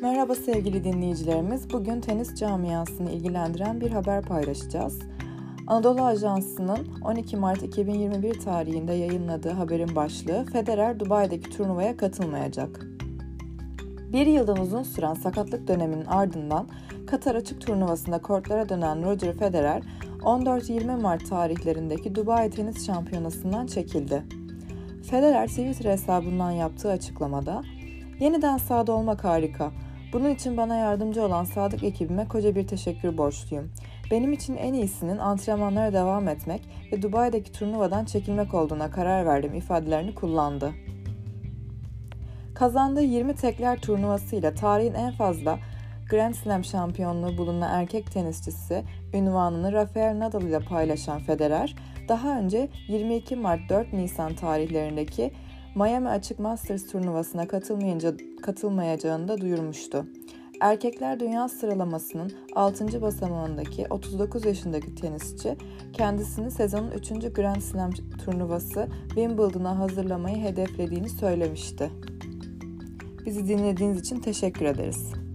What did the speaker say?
Merhaba sevgili dinleyicilerimiz. Bugün tenis camiasını ilgilendiren bir haber paylaşacağız. Anadolu Ajansı'nın 12 Mart 2021 tarihinde yayınladığı haberin başlığı Federer Dubai'deki turnuvaya katılmayacak. Bir yıldan uzun süren sakatlık döneminin ardından Katar Açık Turnuvası'nda kortlara dönen Roger Federer 14-20 Mart tarihlerindeki Dubai Tenis Şampiyonası'ndan çekildi. Federer Twitter hesabından yaptığı açıklamada "Yeniden sahada olmak harika. Bunun için bana yardımcı olan sadık ekibime koca bir teşekkür borçluyum. Benim için en iyisinin antrenmanlara devam etmek ve Dubai'deki turnuvadan çekilmek olduğuna karar verdim" ifadelerini kullandı. Kazandığı 20 tekler turnuvasıyla tarihin en fazla Grand Slam şampiyonluğu bulunan erkek tenisçisi unvanını Rafael Nadal ile paylaşan Federer, daha önce 22 Mart 4 Nisan tarihlerindeki Miami Açık Masters turnuvasına katılmayacağını da duyurmuştu. Erkekler Dünya Sıralaması'nın 6. basamağındaki 39 yaşındaki tenisçi, kendisini sezonun 3. Grand Slam turnuvası Wimbledon'a hazırlamayı hedeflediğini söylemişti. Bizi dinlediğiniz için teşekkür ederiz.